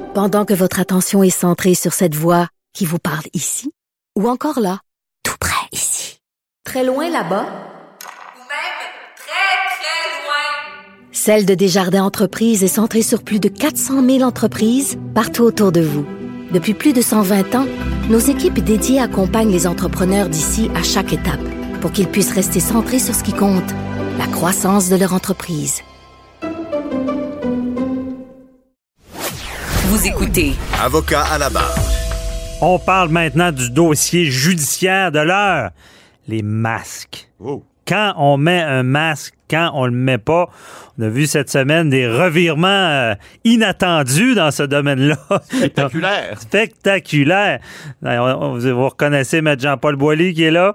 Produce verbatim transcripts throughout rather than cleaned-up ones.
Pendant que votre attention est centrée sur cette voix qui vous parle ici, ou encore là, tout près ici, très loin là-bas, ou même très, très loin. Celle de Desjardins Entreprises est centrée sur plus de quatre cent mille entreprises partout autour de vous. Depuis plus de cent vingt ans, nos équipes dédiées accompagnent les entrepreneurs d'ici à chaque étape pour qu'ils puissent rester centrés sur ce qui compte, la croissance de leur entreprise. Vous écoutez Avocat à la barre. On parle maintenant du dossier judiciaire de l'heure, les masques. Oh. Quand on met un masque, quand on le met pas, on a vu cette semaine des revirements euh, inattendus dans ce domaine-là. Spectaculaire. Spectaculaire. Vous reconnaissez M. Jean-Paul Boily qui est là.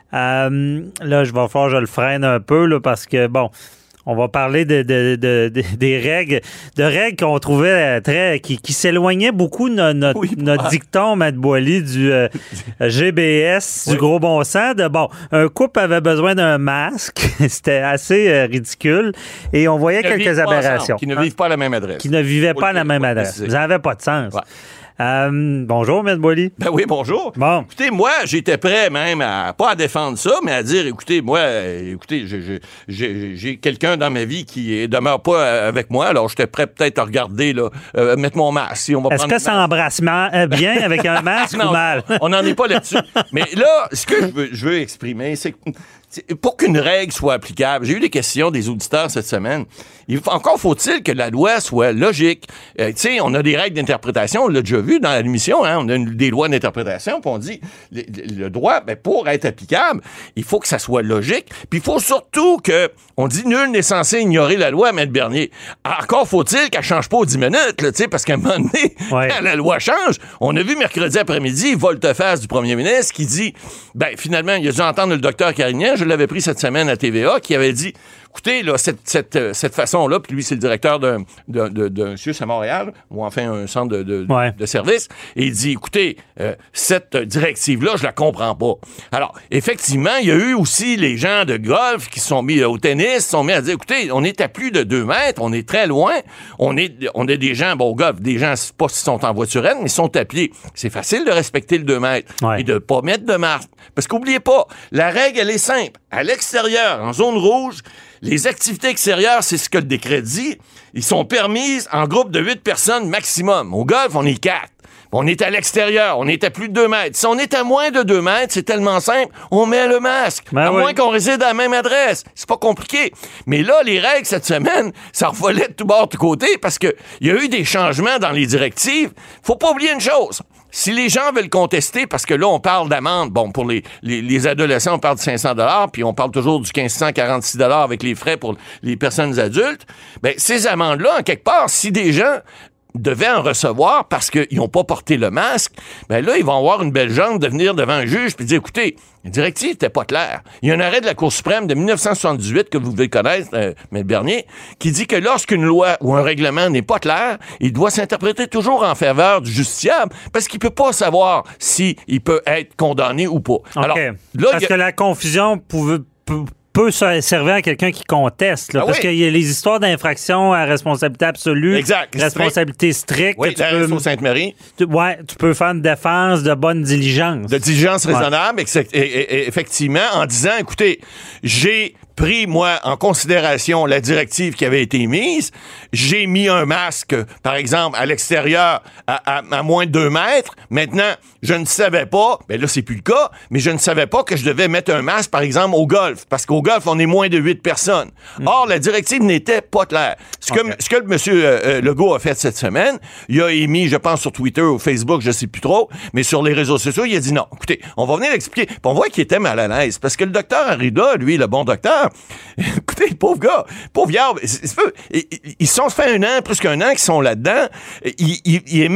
Euh, là, je vais faire, je le freine un peu là, parce que, bon, on va parler de, de, de, de, des règles, de règles qu'on trouvait très, qui, qui s'éloignaient beaucoup de no, notre, oui, notre ah. dicton, M. Boily, du euh, G B S, oui. du gros bon sens. De, bon, un couple avait besoin d'un masque. C'était assez euh, ridicule. Et on voyait qui quelques aberrations. Ensemble, qui ne vivent hein? pas à la même adresse. Qui ne vivaient pas à la même adresse. Ça n'avait pas de sens. Ouais. Euh, bonjour, M. Boily. Ben oui, bonjour. Bon. Écoutez, moi, j'étais prêt même à, pas à défendre ça, mais à dire, écoutez, moi, euh, écoutez, j'ai, j'ai, j'ai, j'ai quelqu'un dans ma vie qui demeure pas avec moi, alors j'étais prêt peut-être à regarder, là, euh, mettre mon masque. Si on va Est-ce que ça embrasse euh, bien avec un masque non, ou mal? On n'en est pas là-dessus. Mais là, ce que je veux, je veux exprimer, c'est que pour qu'une règle soit applicable, j'ai eu des questions des auditeurs cette semaine. Il, encore faut-il que la loi soit logique. Euh, tu sais, on a des règles d'interprétation, on l'a déjà vu dans l'émission, hein, on a une, des lois d'interprétation, puis on dit le, le droit, ben, pour être applicable, il faut que ça soit logique, puis il faut surtout que, on dit nul n'est censé ignorer la loi, M. Bernier. Encore faut-il qu'elle change pas aux dix minutes, là, tu sais, parce qu'à un moment donné, ouais. quand la loi change, on a vu mercredi après-midi, volte-face du premier ministre qui dit, ben, finalement, il a dû entendre le docteur Carignan, je l'avais pris cette semaine à T V A, qui avait dit, écoutez, là, cette, cette, cette façon-là, puis lui, c'est le directeur d'un, d'un, d'un, d'un C I U S à Montréal, ou enfin un centre de, de, ouais. de service, et il dit, écoutez, euh, cette directive-là, je la comprends pas. Alors, effectivement, il y a eu aussi les gens de golf qui se sont mis au tennis, se sont mis à dire, écoutez, on est à plus de deux mètres, on est très loin, on est, on est des gens, bon, au golf, des gens, c'est pas s'ils sont en voiturette, mais ils sont à pied. C'est facile de respecter le deux mètres ouais. et de pas mettre de masque. Parce qu'oubliez pas, la règle, elle est simple. À l'extérieur, en zone rouge, les activités extérieures, c'est ce que le décret dit, ils sont permises en groupe de huit personnes maximum. Au golf, on est quatre. On est à l'extérieur, on est à plus de deux mètres. Si on est à moins de deux mètres, c'est tellement simple, on met le masque. Ben à oui. moins qu'on réside à la même adresse. C'est pas compliqué. Mais là, les règles cette semaine, ça revolait de tout bord, de tout côté, parce qu'il y a eu des changements dans les directives. Faut pas oublier une chose. Si les gens veulent contester, parce que là, on parle d'amende, bon, pour les, les, les adolescents, on parle de cinq cents dollars, puis on parle toujours du mille cinq cent quarante-six dollars avec les frais pour les personnes adultes, bien, ces amendes-là, en quelque part, si des gens devaient en recevoir parce qu'ils n'ont pas porté le masque, bien là, ils vont avoir une belle jambe de venir devant un juge puis dire, écoutez, la directive n'était pas claire. Il y a un arrêt de la Cour suprême de dix-neuf cent soixante-dix-huit que vous devez connaître, euh, M. Bernier, qui dit que lorsqu'une loi ou un règlement n'est pas clair, il doit s'interpréter toujours en faveur du justiciable parce qu'il ne peut pas savoir s'il peut être condamné ou pas. Okay. Alors, là, parce a... que la confusion pouvait... peut servir à quelqu'un qui conteste. Là, ah parce oui. qu'il y a les histoires d'infraction à responsabilité absolue, exact. responsabilité stricte. Oui, tu peux, au Sainte-Marie. Tu, ouais, tu peux faire une défense de bonne diligence. De diligence raisonnable, ouais. et, et, et, effectivement, en disant, écoutez, j'ai pris, moi, en considération la directive qui avait été mise. J'ai mis un masque, par exemple, à l'extérieur à, à, à moins de deux mètres. Maintenant, je ne savais pas, bien là, c'est plus le cas, mais je ne savais pas que je devais mettre un masque, par exemple, au golf. Parce qu'au golf, on est moins de huit personnes. Mm. Or, la directive n'était pas claire. Ce que, okay. ce que M. Euh, Legault a fait cette semaine, il a émis, je pense, sur Twitter ou Facebook, je ne sais plus trop, mais sur les réseaux sociaux, il a dit non. Écoutez, on va venir l'expliquer. Puis on voit qu'il était mal à l'aise. Parce que le docteur Arruda, lui, le bon docteur, écoutez, pauvre gars, pauvre Yarb, ils se sont fait un an, plus qu'un an qu'ils sont là-dedans. Ils, ils, ils émettent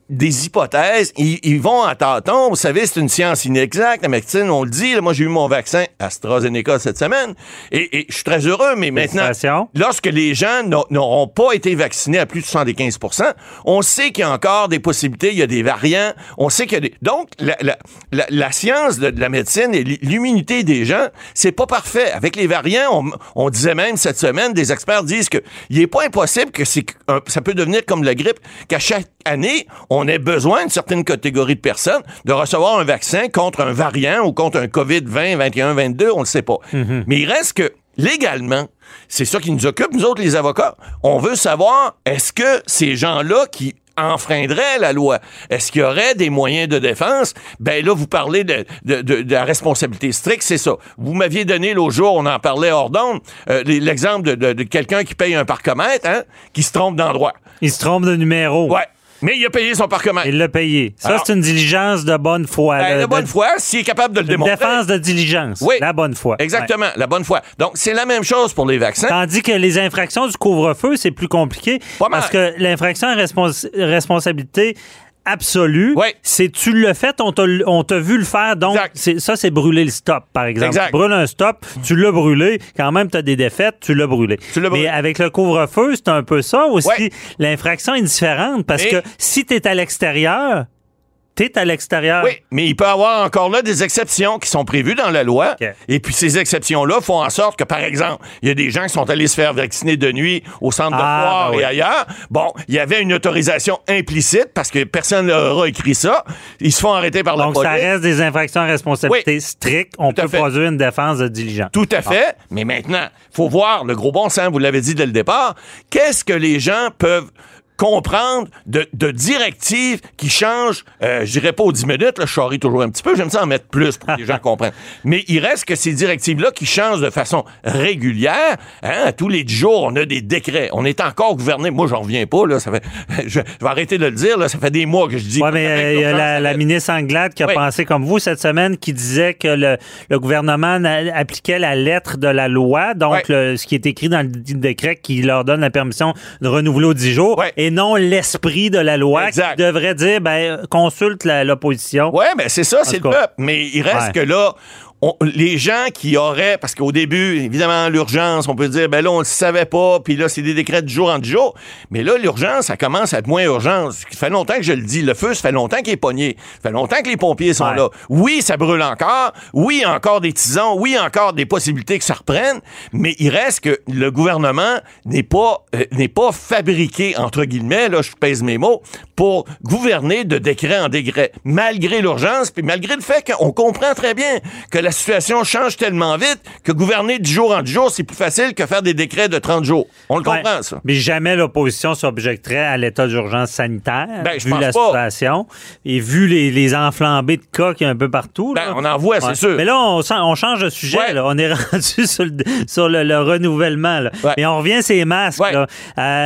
des hypothèses, ils, ils vont à tâtons. Vous savez, c'est une science inexacte. La médecine, on le dit. Là, moi, j'ai eu mon vaccin AstraZeneca cette semaine et, et je suis très heureux, mais maintenant, lorsque les gens n'auront pas été vaccinés à plus de soixante-quinze pour cent, on sait qu'il y a encore des possibilités, il y a des variants, on sait qu'il y a des... Donc, la, la, la, la science de, de la médecine et l'immunité des gens, c'est pas parfait. Avec les variants, on, on disait même cette semaine, des experts disent que il est pas impossible que c'est un, ça peut devenir comme la grippe, qu'à chaque année, on ait besoin d'une certaine catégorie de personnes de recevoir un vaccin contre un variant ou contre un COVID vingt, vingt et un, vingt-deux, on le sait pas. Mm-hmm. Mais il reste que, légalement, c'est ça qui nous occupe, nous autres, les avocats. On veut savoir, est-ce que ces gens-là qui enfreindraient la loi, est-ce qu'il y aurait des moyens de défense? Ben là, vous parlez de, de, de, de la responsabilité stricte, c'est ça. Vous m'aviez donné l'autre jour, on en parlait hors d'onde, euh, l'exemple de, de, de quelqu'un qui paye un parcomètre, hein, qui se trompe d'endroit. Il se trompe de numéro. Ouais. Mais il a payé son parcomètre. Il l'a payé. Ça, alors, c'est une diligence de bonne foi. Ben, de, de bonne de, foi, s'il est capable de le démontrer. Une défense de diligence. Oui. La bonne foi. Exactement, ouais. La bonne foi. Donc, c'est la même chose pour les vaccins. Tandis que les infractions du couvre-feu, c'est plus compliqué. Pas parce mal. Que l'infraction à respons- responsabilité absolue, oui. c'est tu l'as fait, on t'a, on t'a vu le faire, donc c'est, ça, c'est brûler le stop, par exemple. Exact. Tu brûles un stop, tu l'as brûlé, quand même, tu as des défaites, tu l'as brûlé. Tu l'as brûlé. Mais avec le couvre-feu, c'est un peu ça aussi. Oui. L'infraction est différente parce mais... que si tu es à l'extérieur, t'es à l'extérieur. Oui, mais il peut y avoir encore là des exceptions qui sont prévues dans la loi. Okay. Et puis ces exceptions-là font en sorte que, par exemple, il y a des gens qui sont allés se faire vacciner de nuit au centre ah, de foire ben et oui. ailleurs. Bon, il y avait une autorisation implicite parce que personne ne leur a écrit ça. Ils se font arrêter par Donc, la police. Donc, ça reste des infractions à responsabilité oui. stricte. On Tout peut produire une défense de diligence. Tout à fait. Ah. Mais maintenant, il faut voir le gros bon sens, vous l'avez dit dès le départ. Qu'est-ce que les gens peuvent comprendre de, de directives qui changent, euh, je dirais pas aux dix minutes, là, je charrie toujours un petit peu, j'aime ça en mettre plus pour que les gens comprennent. Mais il reste que ces directives-là qui changent de façon régulière, hein, à tous les dix jours, on a des décrets. On est encore gouverné. Moi, j'en reviens pas, là, ça fait, je, je vais arrêter de le dire, là, ça fait des mois que je dis. Oui, mais il y a la, la ministre Anglade qui a oui. pensé comme vous cette semaine, qui disait que le, le gouvernement appliquait la lettre de la loi, donc oui. le, ce qui est écrit dans le décret qui leur donne la permission de renouveler aux dix jours. Oui. Et non l'esprit de la loi exact. Qui devrait dire, ben, consulte la, l'opposition. Oui, ben c'est ça, en c'est le peuple. Mais il reste ouais. que là, on, les gens qui auraient, parce qu'au début, évidemment, l'urgence, on peut dire, ben là, on le savait pas, puis là, c'est des décrets de jour en jour. Mais là, l'urgence, ça commence à être moins urgence. Ça fait longtemps que je le dis. Le feu, ça fait longtemps qu'il est pogné. Ça fait longtemps que les pompiers sont ouais. là. Oui, ça brûle encore. Oui, il y a encore des tisons. Oui, il y a encore des possibilités que ça reprenne. Mais il reste que le gouvernement n'est pas, euh, n'est pas fabriqué, entre guillemets, là, je pèse mes mots, pour gouverner de décret en décret. Malgré l'urgence, puis malgré le fait qu'on comprend très bien que la situation change tellement vite que gouverner du jour en jour, c'est plus facile que faire des décrets de trente jours. On le ouais, comprend, ça. Mais jamais l'opposition s'objecterait à l'état d'urgence sanitaire, ben, vu la pas. situation, et vu les, les enflambées de cas qu'il y a un peu partout. Ben, là. on en voit, ouais. c'est sûr. Mais là, on, on change de sujet. Ouais. Là. On est rendu sur le, sur le, le renouvellement. Là. Ouais. Mais on revient à ces masques. Ouais. Là.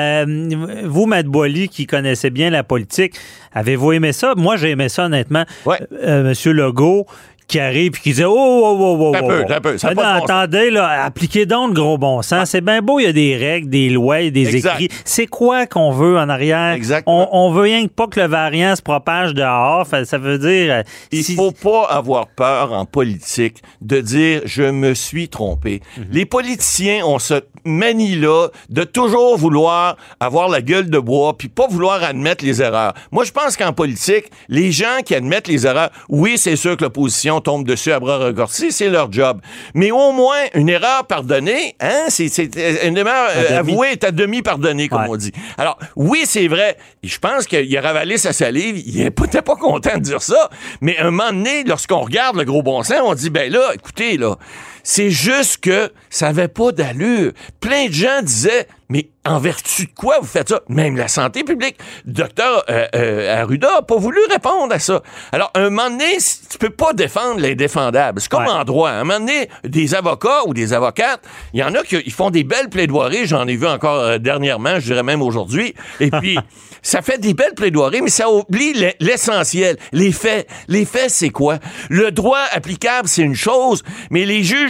Euh, vous, Matt Boily, qui connaissez bien la politique, avez-vous aimé ça? Moi, j'ai aimé ça, honnêtement. Ouais. Euh, Monsieur Legault, qui arrive et qui dit « Oh, oh, oh, oh, oh, un peu, un peu. Ça non, bon attendez, sens. Là, appliquez donc le gros bon sens. Ah. C'est bien beau, il y a des règles, des lois, des exact. Écrits. C'est quoi qu'on veut en arrière? On, on veut rien que pas que le variant se propage dehors. Ça veut dire... Il si... faut pas avoir peur en politique de dire « Je me suis trompé mm-hmm. ». Les politiciens ont ce manie-là de toujours vouloir avoir la gueule de bois puis pas vouloir admettre les erreurs. Moi, je pense qu'en politique, les gens qui admettent les erreurs, oui, c'est sûr que l'opposition tombe dessus à bras raccourcis, c'est leur job. Mais au moins, une erreur pardonnée, hein, c'est, c'est une erreur euh, avouée est à demi pardonnée, comme ouais. on dit. Alors, oui, c'est vrai. Je pense qu'il a ravalé sa salive. Il n'était pas content de dire ça. Mais un moment donné, lorsqu'on regarde le gros bon sens, on dit, ben là, écoutez, là, c'est juste que ça n'avait pas d'allure. Plein de gens disaient, mais en vertu de quoi vous faites ça? Même la santé publique. Le docteur euh, euh, Arruda n'a pas voulu répondre à ça. Alors, un moment donné, tu peux pas défendre l'indéfendable. C'est comme ouais. en droit. Un moment donné, des avocats ou des avocates, il y en a qui font des belles plaidoiries. J'en ai vu encore euh, dernièrement, je dirais même aujourd'hui. Et puis, ça fait des belles plaidoiries, mais ça oublie l'essentiel. Les faits. Les faits, c'est quoi? Le droit applicable, c'est une chose, mais les juges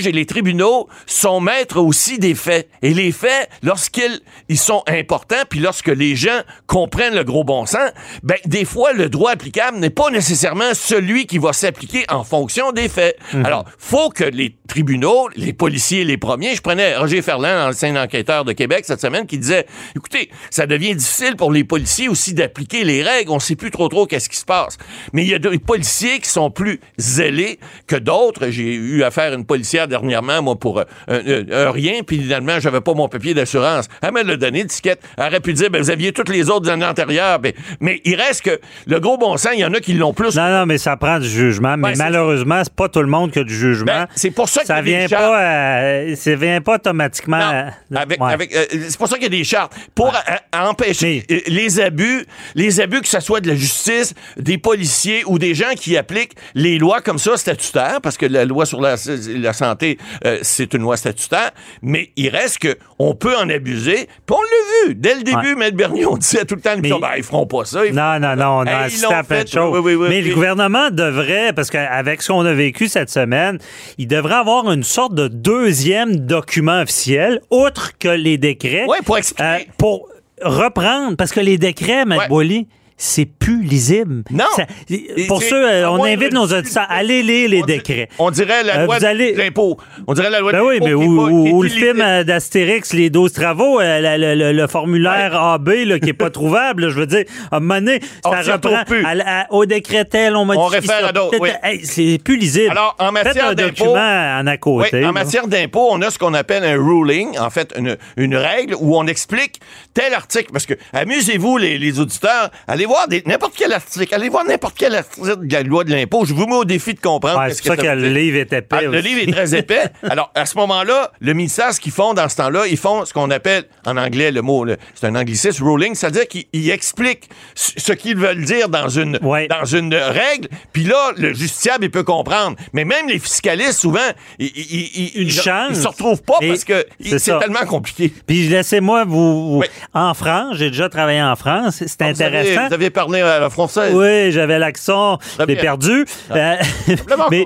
juges et les tribunaux sont maîtres aussi des faits. Et les faits, lorsqu'ils ils sont importants, puis lorsque les gens comprennent le gros bon sens, ben des fois, le droit applicable n'est pas nécessairement celui qui va s'appliquer en fonction des faits. Mm-hmm. Alors, faut que les tribunaux, les policiers les premiers, je prenais Roger Ferland, ancien enquêteur de Québec cette semaine, qui disait, écoutez, ça devient difficile pour les policiers aussi d'appliquer les règles, on sait plus trop trop qu'est-ce qui se passe. Mais il y a des policiers qui sont plus zélés que d'autres. J'ai eu affaire à une policière dernièrement, moi, pour un, un, un rien, puis finalement, j'avais pas mon papier d'assurance. Elle m'a donné l'étiquette. Elle aurait pu dire, ben, vous aviez toutes les autres années antérieures. Ben, mais il reste que le gros bon sens, il y en a qui l'ont plus. Non, non, mais ça prend du jugement. Mais ouais, malheureusement, c'est pas tout le monde qui a du jugement. Ben, c'est pour ça, ça qu'il y a vient des chartes. pas, euh, ça vient pas automatiquement. Non, avec, ouais. avec, euh, c'est pour ça qu'il y a des chartes. Pour ouais. à, à empêcher mais... les abus, les abus, que ce soit de la justice, des policiers ou des gens qui appliquent les lois comme ça statutaires, parce que la loi sur la, la santé, euh, c'est une loi statutaire, mais il reste que on peut en abuser. Puis on l'a vu. Dès le début, ouais. M. Bernier, on disait tout le temps, mais... ben, ils feront pas ça. Non, non, non, on a hey, assisté à plein de choses. Oui, oui, oui, mais oui. Le gouvernement devrait, parce qu'avec ce qu'on a vécu cette semaine, il devrait avoir une sorte de deuxième document officiel, outre que les décrets. Oui, pour expliquer. Euh, pour reprendre, parce que les décrets, M. Ouais. Boily, c'est plus lisible. Non. Ça, pour ceux, euh, on invite nos auditeurs à aller lire les on décrets. On dirait la loi euh, allez... de l'impôt. On dirait la loi ben de oui, l'impôt. Mais où, pas, où le film d'Astérix, les douze travaux, euh, le, le, le formulaire ouais. A B là, qui n'est pas trouvable, là, je veux dire, à un moment donné, ça reprend à, à, au décret tel, on modifie on réfère ça. À d'autres. Oui. Hey, c'est plus lisible. Alors, en matière Faites un d'impôt, document en à côté. Oui, en matière d'impôt, on a ce qu'on appelle un ruling, en fait, une, une règle où on explique tel article. Parce que, amusez-vous, les, les auditeurs, allez voir des, n'importe quel article. Allez voir n'importe quel article de la loi de l'impôt. Je vous mets au défi de comprendre. Ouais, c'est pour ça que, que le livre est épais. Ah, le livre est très épais. Alors, à ce moment-là, le ministère, ce qu'ils font dans ce temps-là, ils font ce qu'on appelle, en anglais, le mot, le, c'est un anglicisme, ruling, c'est-à-dire qu'ils expliquent ce qu'ils veulent dire dans une, ouais. dans une règle. Puis là, le justiciable, il peut comprendre. Mais même les fiscalistes, souvent, ils, ils, ils, une chance. Ils se retrouvent pas parce que c'est, c'est tellement compliqué. Puis laissez-moi vous... Oui. En France, j'ai déjà travaillé en France. C'est intéressant. Vous avez, vous avez parlé à la française. Oui, j'avais l'accent, j'ai perdu. Euh, mais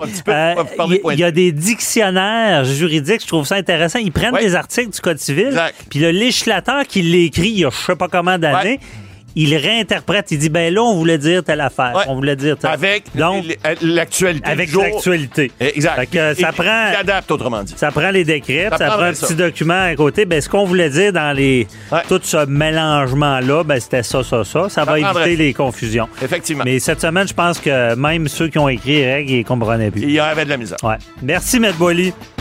il euh, y, y a des dictionnaires juridiques, je trouve ça intéressant. Ils prennent oui. des articles du Code civil, puis le législateur qui l'écrit il y a je sais pas comment d'années, ouais. il réinterprète, il dit, ben là, on voulait dire telle affaire, ouais. on voulait dire telle avec Donc, l'actualité. Avec l'actualité. Exact. Fait que ça et, prend... Il adapte, autrement dit. Ça prend les décrets, ça, ça prend un ça. petit document à côté. Ben, ce qu'on voulait dire dans les ouais. tout ce mélangement-là, ben, c'était ça, ça, ça. Ça, ça va éviter les confusions. Effectivement. Mais cette semaine, je pense que même ceux qui ont écrit les règles, ils ne comprenaient plus. Il y avait de la misère. Ouais. Merci, M. Boily.